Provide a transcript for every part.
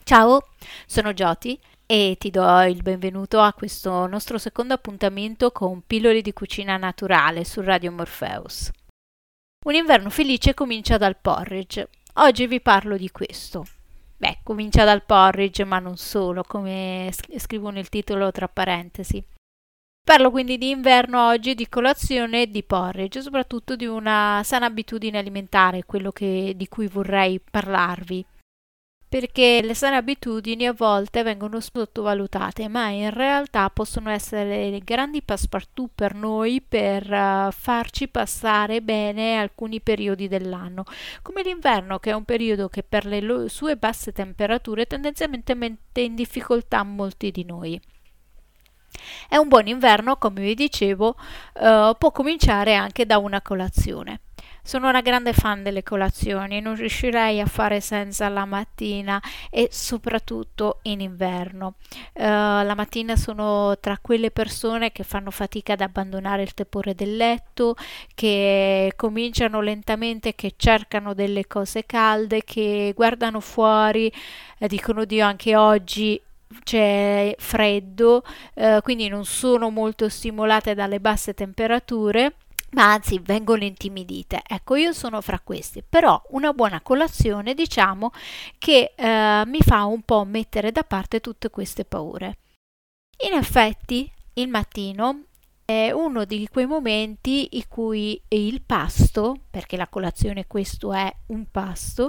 Ciao, sono Joti e ti do il benvenuto a questo nostro secondo appuntamento con Pillole di cucina naturale su Radio Morpheus. Un inverno felice comincia dal porridge. Oggi vi parlo di questo. Comincia dal porridge, ma non solo, come scrivo nel titolo tra parentesi. Parlo quindi di inverno oggi, di colazione e di porridge, soprattutto di una sana abitudine alimentare, di cui vorrei parlarvi. Perché le sane abitudini a volte vengono sottovalutate, ma in realtà possono essere grandi passepartout per noi per farci passare bene alcuni periodi dell'anno, come l'inverno, che è un periodo che per le sue basse temperature tendenzialmente mette in difficoltà molti di noi. È un buon inverno, come vi dicevo, può cominciare anche da una colazione. Sono una grande fan delle colazioni, non riuscirei a fare senza la mattina e soprattutto in inverno. La mattina sono tra quelle persone che fanno fatica ad abbandonare il tepore del letto, che cominciano lentamente, che cercano delle cose calde, che guardano fuori, dicono Dio anche oggi c'è freddo, quindi non sono molto stimolate dalle basse temperature, ma anzi vengono intimidite. Ecco, io sono fra questi, però una buona colazione diciamo che mi fa un po' mettere da parte tutte queste paure. In effetti il mattino è uno di quei momenti in cui il pasto, perché la colazione questo è un pasto,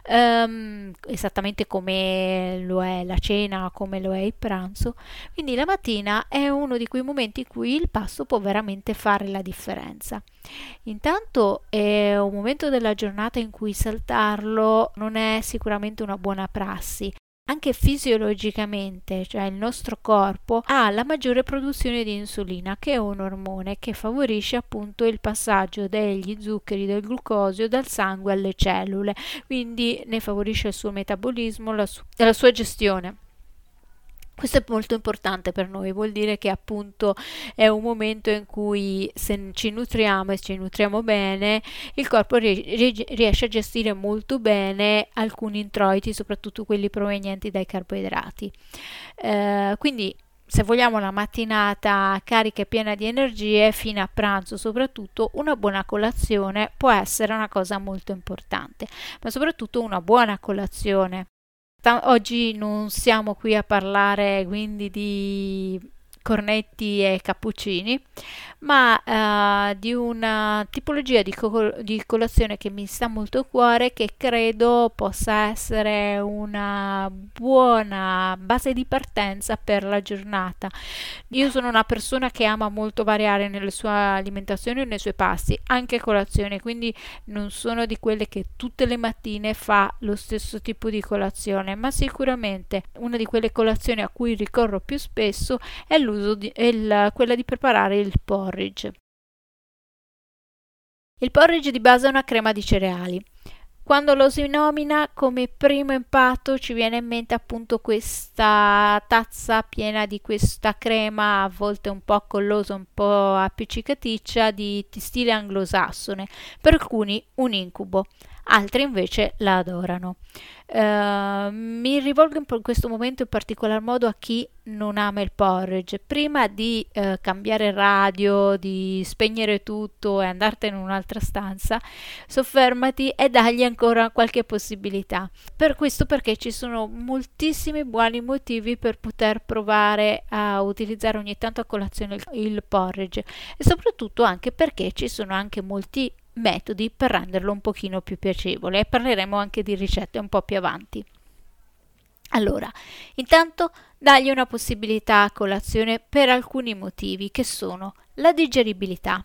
esattamente come lo è la cena, come lo è il pranzo, quindi la mattina è uno di quei momenti in cui il pasto può veramente fare la differenza. Intanto è un momento della giornata in cui saltarlo non è sicuramente una buona prassi. Anche fisiologicamente, cioè il nostro corpo ha la maggiore produzione di insulina, che è un ormone che favorisce appunto il passaggio degli zuccheri, del glucosio dal sangue alle cellule, quindi ne favorisce il suo metabolismo e la sua gestione. Questo è molto importante per noi, vuol dire che appunto è un momento in cui se ci nutriamo e ci nutriamo bene, il corpo riesce a gestire molto bene alcuni introiti, soprattutto quelli provenienti dai carboidrati. Quindi se vogliamo la mattinata carica e piena di energie, fino a pranzo soprattutto, una buona colazione può essere una cosa molto importante, ma soprattutto una buona colazione. Oggi non siamo qui a parlare quindi di cornetti e cappuccini, ma di una tipologia di colazione che mi sta molto a cuore, che credo possa essere una buona base di partenza per la giornata. Io sono una persona che ama molto variare nelle sue alimentazioni e nei suoi pasti, anche colazione, quindi non sono di quelle che tutte le mattine fa lo stesso tipo di colazione, ma sicuramente una di quelle colazioni a cui ricorro più spesso è quella di preparare il porridge. Il porridge di base è una crema di cereali. Quando lo si nomina, come primo impatto ci viene in mente appunto questa tazza piena di questa crema, a volte un po' collosa, un po' appiccicaticcia, di stile anglosassone. Per alcuni un incubo, altri invece la adorano. Mi rivolgo in questo momento in particolar modo a chi non ama il porridge. Prima di cambiare radio, di spegnere tutto e andartene in un'altra stanza, soffermati e dagli ancora qualche possibilità. Per questo, perché ci sono moltissimi buoni motivi per poter provare a utilizzare ogni tanto a colazione il porridge, e soprattutto anche perché ci sono anche molti metodi per renderlo un pochino più piacevole, e parleremo anche di ricette un po' più avanti. Allora, intanto dagli una possibilità a colazione per alcuni motivi, che sono la digeribilità.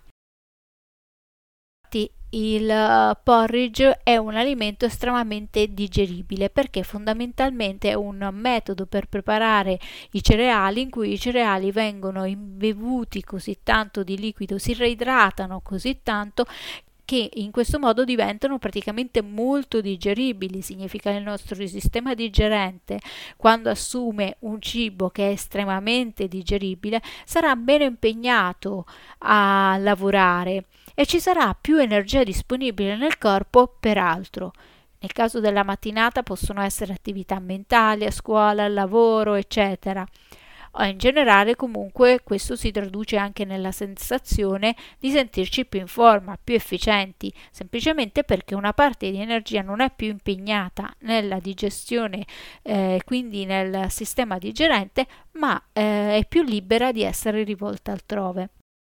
Il porridge è un alimento estremamente digeribile, perché fondamentalmente è un metodo per preparare i cereali, in cui i cereali vengono imbevuti così tanto di liquido, si reidratano così tanto che in questo modo diventano praticamente molto digeribili. Significa che il nostro sistema digerente, quando assume un cibo che è estremamente digeribile, sarà meno impegnato a lavorare e ci sarà più energia disponibile nel corpo per altro. Nel caso della mattinata possono essere attività mentali, a scuola, al lavoro, eccetera. In generale, comunque, questo si traduce anche nella sensazione di sentirci più in forma, più efficienti, semplicemente perché una parte di energia non è più impegnata nella digestione, quindi nel sistema digerente, ma è più libera di essere rivolta altrove.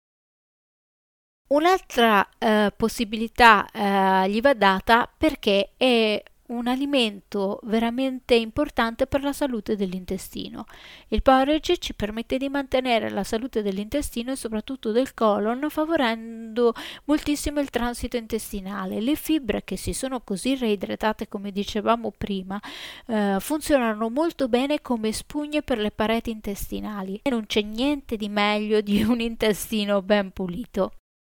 Un'altra possibilità gli va data perché è un alimento veramente importante per la salute dell'intestino. Il porridge ci permette di mantenere la salute dell'intestino e soprattutto del colon, favorendo moltissimo il transito intestinale. Le fibre, che si sono così reidratate come dicevamo prima, funzionano molto bene come spugne per le pareti intestinali e non c'è niente di meglio di un intestino ben pulito.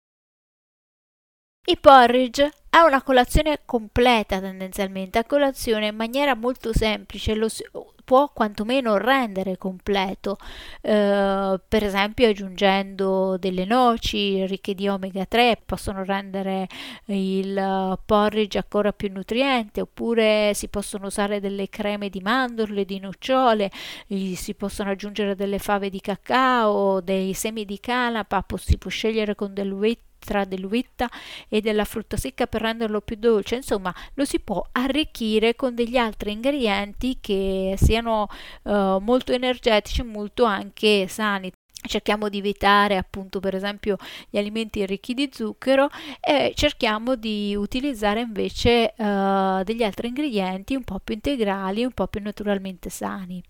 Il porridge è una colazione completa tendenzialmente, a colazione in maniera molto semplice lo si può quantomeno rendere completo, per esempio aggiungendo delle noci ricche di omega 3 possono rendere il porridge ancora più nutriente, oppure si possono usare delle creme di mandorle, di nocciole, si possono aggiungere delle fave di cacao, dei semi di canapa, si può scegliere con tra dell'uvetta e della frutta secca per renderlo più dolce. Insomma, lo si può arricchire con degli altri ingredienti che siano molto energetici, molto anche sani. Cerchiamo di evitare appunto per esempio gli alimenti ricchi di zucchero e cerchiamo di utilizzare invece degli altri ingredienti un po' più integrali, un po' più naturalmente sani.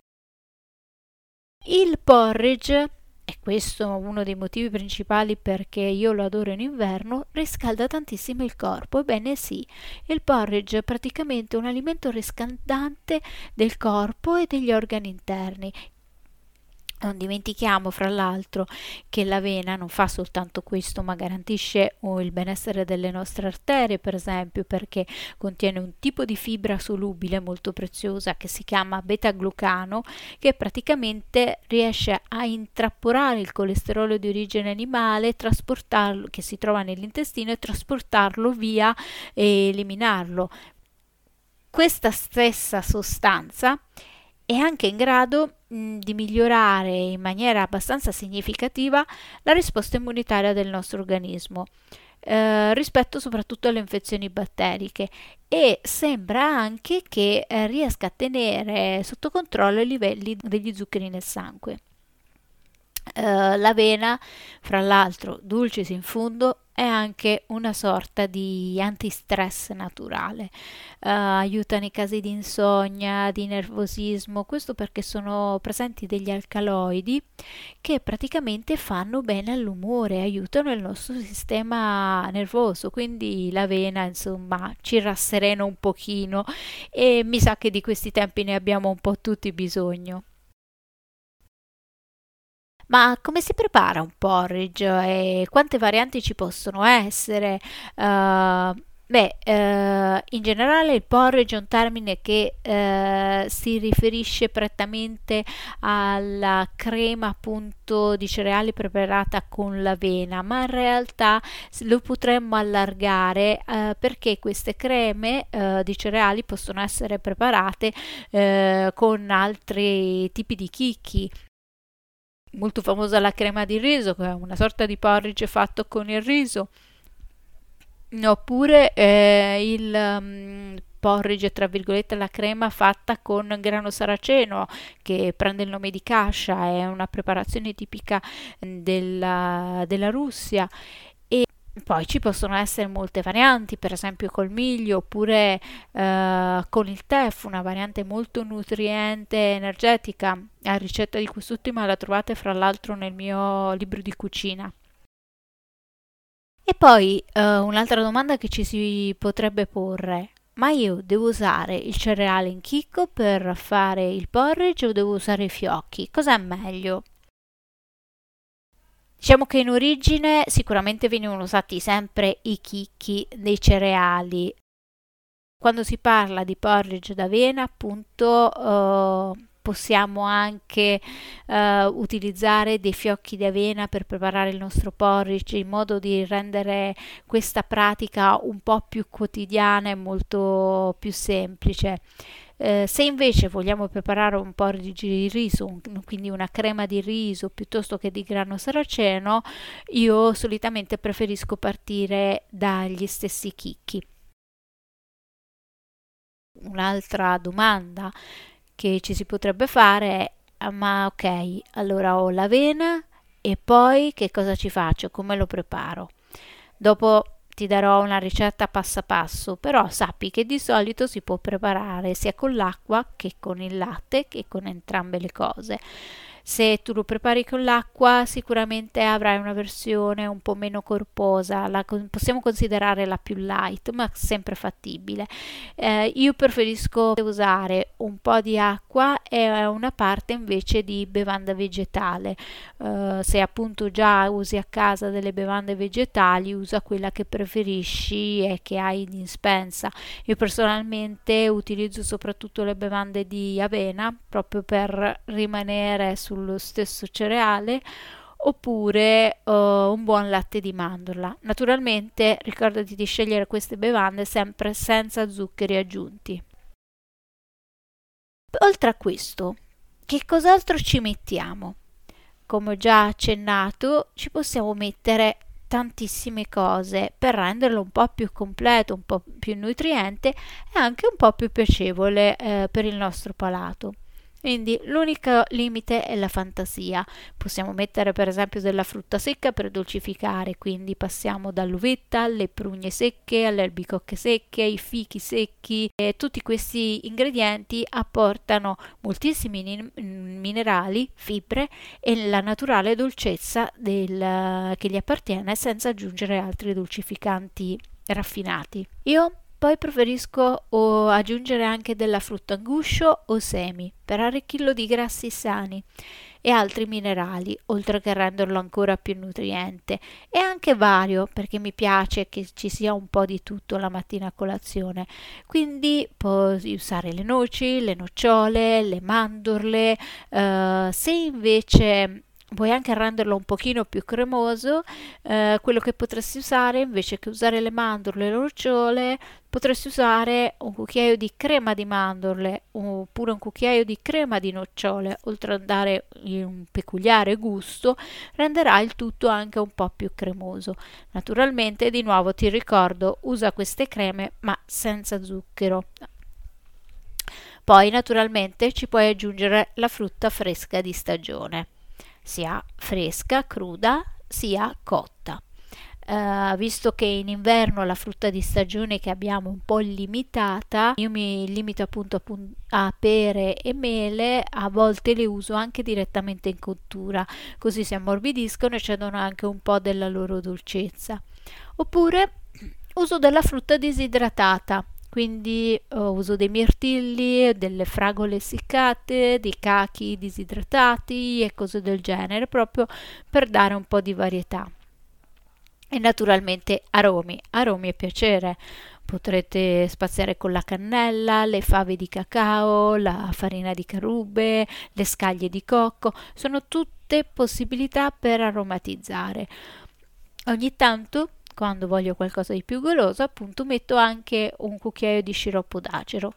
Il porridge, e questo è uno dei motivi principali perché io lo adoro in inverno, riscalda tantissimo il corpo. Ebbene sì, il porridge è praticamente un alimento riscaldante del corpo e degli organi interni. Non dimentichiamo, fra l'altro, che l'avena non fa soltanto questo, ma garantisce il benessere delle nostre arterie, per esempio, perché contiene un tipo di fibra solubile molto preziosa che si chiama beta-glucano, che praticamente riesce a intrapolare il colesterolo di origine animale, trasportarlo, che si trova nell'intestino, e trasportarlo via e eliminarlo. Questa stessa sostanza è anche in grado di migliorare in maniera abbastanza significativa la risposta immunitaria del nostro organismo rispetto soprattutto alle infezioni batteriche, e sembra anche che riesca a tenere sotto controllo i livelli degli zuccheri nel sangue. L'avena, fra l'altro, dulcis in fundo, è anche una sorta di antistress naturale, aiuta nei casi di insonnia, di nervosismo, questo perché sono presenti degli alcaloidi che praticamente fanno bene all'umore, aiutano il nostro sistema nervoso, quindi l'avena insomma ci rasserena un pochino e mi sa che di questi tempi ne abbiamo un po' tutti bisogno. Ma come si prepara un porridge e quante varianti ci possono essere? In generale il porridge è un termine che si riferisce prettamente alla crema appunto di cereali preparata con l'avena, ma in realtà lo potremmo allargare perché queste creme di cereali possono essere preparate con altri tipi di chicchi. Molto famosa la crema di riso, che è una sorta di porridge fatto con il riso, oppure il porridge, tra virgolette, la crema fatta con grano saraceno, che prende il nome di kasha, è una preparazione tipica della Russia. E poi ci possono essere molte varianti, per esempio col miglio oppure con il teff, una variante molto nutriente e energetica. La ricetta di quest'ultima la trovate fra l'altro nel mio libro di cucina. E poi un'altra domanda che ci si potrebbe porre: ma io devo usare il cereale in chicco per fare il porridge o devo usare i fiocchi? Cos'è meglio? Diciamo che in origine sicuramente venivano usati sempre i chicchi dei cereali. Quando si parla di porridge d'avena, appunto, possiamo anche utilizzare dei fiocchi di avena per preparare il nostro porridge, in modo di rendere questa pratica un po' più quotidiana e molto più semplice. Se invece vogliamo preparare un porridge di riso, quindi una crema di riso piuttosto che di grano saraceno, io solitamente preferisco partire dagli stessi chicchi. Un'altra domanda che ci si potrebbe fare è: ma ok, allora ho l'avena e poi che cosa ci faccio? Come lo preparo? Dopo ti darò una ricetta passo passo, però sappi che di solito si può preparare sia con l'acqua che con il latte, che con entrambe le cose. Se tu lo prepari con l'acqua, sicuramente avrai una versione un po' meno corposa, possiamo considerare la più light, ma sempre fattibile. Io preferisco usare un po' di acqua e una parte invece di bevanda vegetale. Se appunto già usi a casa delle bevande vegetali, usa quella che preferisci e che hai in dispensa. Io personalmente utilizzo soprattutto le bevande di avena, proprio per rimanere sullo stesso cereale, oppure un buon latte di mandorla. Naturalmente ricordati di scegliere queste bevande sempre senza zuccheri aggiunti. Oltre a questo, che cos'altro ci mettiamo? Come ho già accennato, ci possiamo mettere tantissime cose per renderlo un po' più completo, un po' più nutriente e anche un po' più piacevole per il nostro palato. Quindi l'unico limite è la fantasia. Possiamo mettere per esempio della frutta secca per dolcificare, quindi passiamo dall'uvetta alle prugne secche, alle albicocche secche, ai fichi secchi, e tutti questi ingredienti apportano moltissimi minerali, fibre e la naturale dolcezza che gli appartiene, senza aggiungere altri dolcificanti raffinati. Io poi preferisco aggiungere anche della frutta a guscio o semi per arricchirlo di grassi sani e altri minerali, oltre che renderlo ancora più nutriente e anche vario, perché mi piace che ci sia un po' di tutto la mattina a colazione. Quindi puoi usare le noci, le nocciole, le mandorle. Se invece vuoi anche renderlo un pochino più cremoso, quello che potresti usare, invece che usare le mandorle e le nocciole, potresti usare un cucchiaio di crema di mandorle oppure un cucchiaio di crema di nocciole. Oltre a dare un peculiare gusto, renderà il tutto anche un po' più cremoso. Naturalmente, di nuovo ti ricordo, usa queste creme ma senza zucchero. Poi naturalmente ci puoi aggiungere la frutta fresca di stagione, sia fresca, cruda, sia cotta. Visto che in inverno la frutta di stagione che abbiamo è un po' limitata, io mi limito appunto a pere e mele, a volte le uso anche direttamente in cottura, così si ammorbidiscono e cedono anche un po' della loro dolcezza. Oppure uso della frutta disidratata, quindi uso dei mirtilli, delle fragole essiccate, dei cachi disidratati e cose del genere, proprio per dare un po' di varietà. E naturalmente aromi a piacere. Potrete spaziare con la cannella, le fave di cacao, la farina di carube, le scaglie di cocco, sono tutte possibilità per aromatizzare. Ogni tanto, quando voglio qualcosa di più goloso, appunto metto anche un cucchiaio di sciroppo d'acero.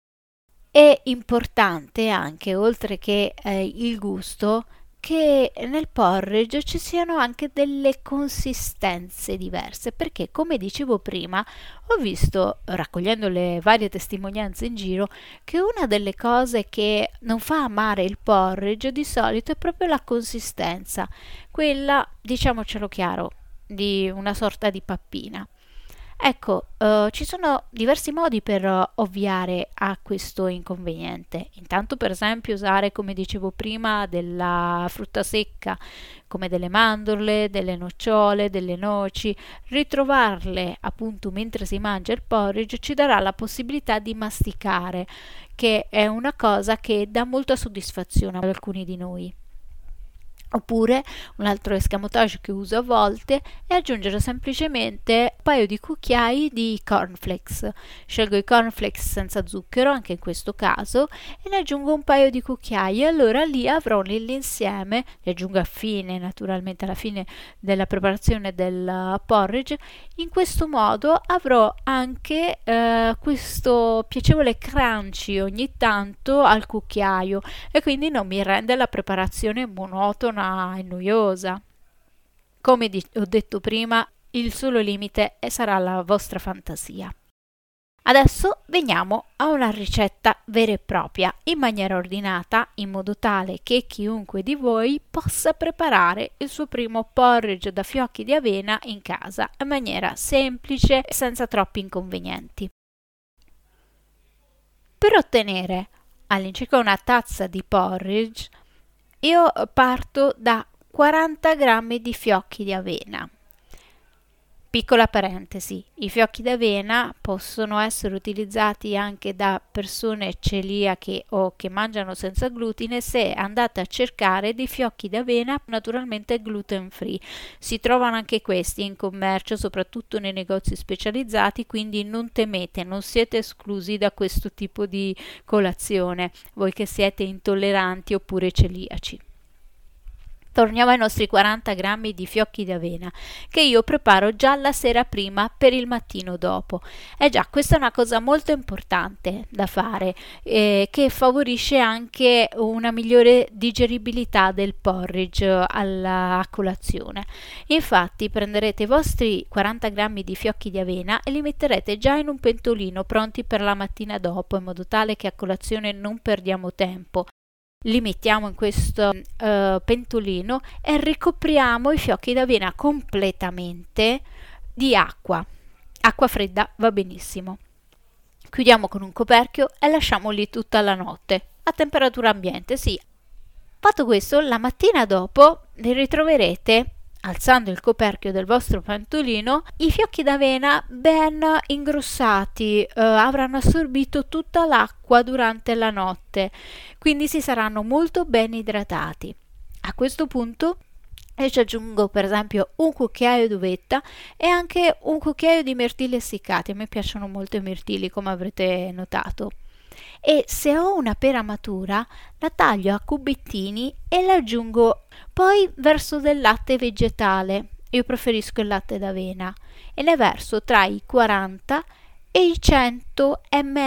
È importante anche, oltre che il gusto, che nel porridge ci siano anche delle consistenze diverse, perché come dicevo prima, ho visto, raccogliendo le varie testimonianze in giro, che una delle cose che non fa amare il porridge di solito è proprio la consistenza, quella, diciamocelo chiaro, di una sorta di pappina. Ecco, ci sono diversi modi per ovviare a questo inconveniente. Intanto, per esempio, usare, come dicevo prima, della frutta secca, come delle mandorle, delle nocciole, delle noci. Ritrovarle appunto mentre si mangia il porridge ci darà la possibilità di masticare, che è una cosa che dà molta soddisfazione ad alcuni di noi. Oppure un altro escamotage che uso a volte è aggiungere semplicemente un paio di cucchiai di cornflakes. Scelgo i cornflakes senza zucchero, anche in questo caso, e ne aggiungo un paio di cucchiai. Allora lì avrò nell'insieme, li aggiungo a fine, naturalmente alla fine della preparazione del porridge. In questo modo avrò anche questo piacevole crunchy ogni tanto al cucchiaio, e quindi non mi rende la preparazione monotona e noiosa. Come ho detto prima, il solo limite sarà la vostra fantasia. Adesso veniamo a una ricetta vera e propria, in maniera ordinata, in modo tale che chiunque di voi possa preparare il suo primo porridge da fiocchi di avena in casa, in maniera semplice, senza troppi inconvenienti. Per ottenere all'incirca una tazza di porridge, io parto da 40 grammi di fiocchi di avena. Piccola parentesi, i fiocchi d'avena possono essere utilizzati anche da persone celiache o che mangiano senza glutine se andate a cercare dei fiocchi d'avena naturalmente gluten free. Si trovano anche questi in commercio, soprattutto nei negozi specializzati, quindi non temete, non siete esclusi da questo tipo di colazione, voi che siete intolleranti oppure celiaci. Torniamo ai nostri 40 grammi di fiocchi d'avena che io preparo già la sera prima per il mattino dopo. Già, questa è una cosa molto importante da fare, che favorisce anche una migliore digeribilità del porridge a colazione. Infatti prenderete i vostri 40 grammi di fiocchi di avena e li metterete già in un pentolino pronti per la mattina dopo, in modo tale che a colazione non perdiamo tempo. Li mettiamo in questo pentolino e ricopriamo i fiocchi d'avena completamente di acqua. Acqua fredda va benissimo. Chiudiamo con un coperchio e lasciamo lì tutta la notte, a temperatura ambiente, sì. Fatto questo, la mattina dopo li ritroverete, alzando il coperchio del vostro pentolino, i fiocchi d'avena ben ingrossati, avranno assorbito tutta l'acqua durante la notte, quindi si saranno molto ben idratati. A questo punto io ci aggiungo per esempio un cucchiaio d'uvetta e anche un cucchiaio di mirtilli essiccati. A me piacciono molto i mirtilli, come avrete notato. E se ho una pera matura la taglio a cubettini e la aggiungo poi verso del latte vegetale. Io preferisco il latte d'avena e ne verso tra i 40 e i 100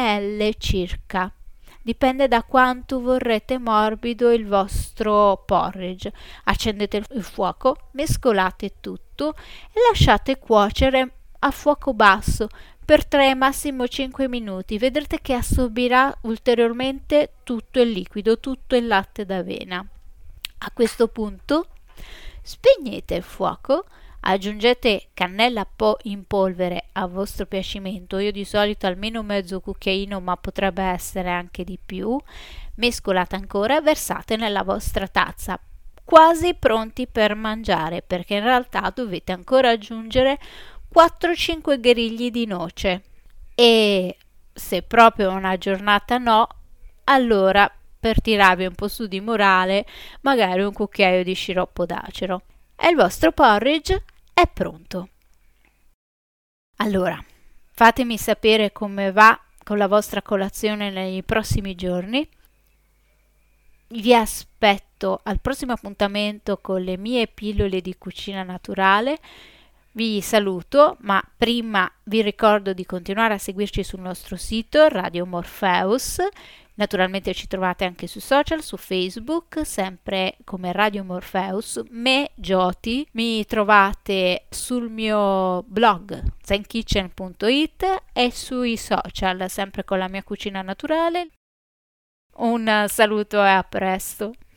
ml circa. Dipende da quanto vorrete morbido il vostro porridge. Accendete il fuoco, mescolate tutto e lasciate cuocere a fuoco basso per 3 massimo 5 minuti. Vedrete che assorbirà ulteriormente tutto il liquido, tutto il latte d'avena. A questo punto spegnete il fuoco, aggiungete cannella in polvere a vostro piacimento. Io di solito almeno mezzo cucchiaino, ma potrebbe essere anche di più. Mescolate ancora e versate nella vostra tazza, quasi pronti per mangiare, perché in realtà dovete ancora aggiungere 4-5 grigli di noce. E se proprio una giornata no, allora per tirarvi un po' su di morale, magari un cucchiaio di sciroppo d'acero. E il vostro porridge è pronto. Allora, fatemi sapere come va con la vostra colazione nei prossimi giorni. Vi aspetto al prossimo appuntamento con le mie pillole di cucina naturale. Vi saluto, ma prima vi ricordo di continuare a seguirci sul nostro sito Radio Morpheus. Naturalmente ci trovate anche sui social, su Facebook, sempre come Radio Morpheus. Me, Jyoti, mi trovate sul mio blog zenkitchen.it e sui social, sempre con la mia cucina naturale. Un saluto e a presto!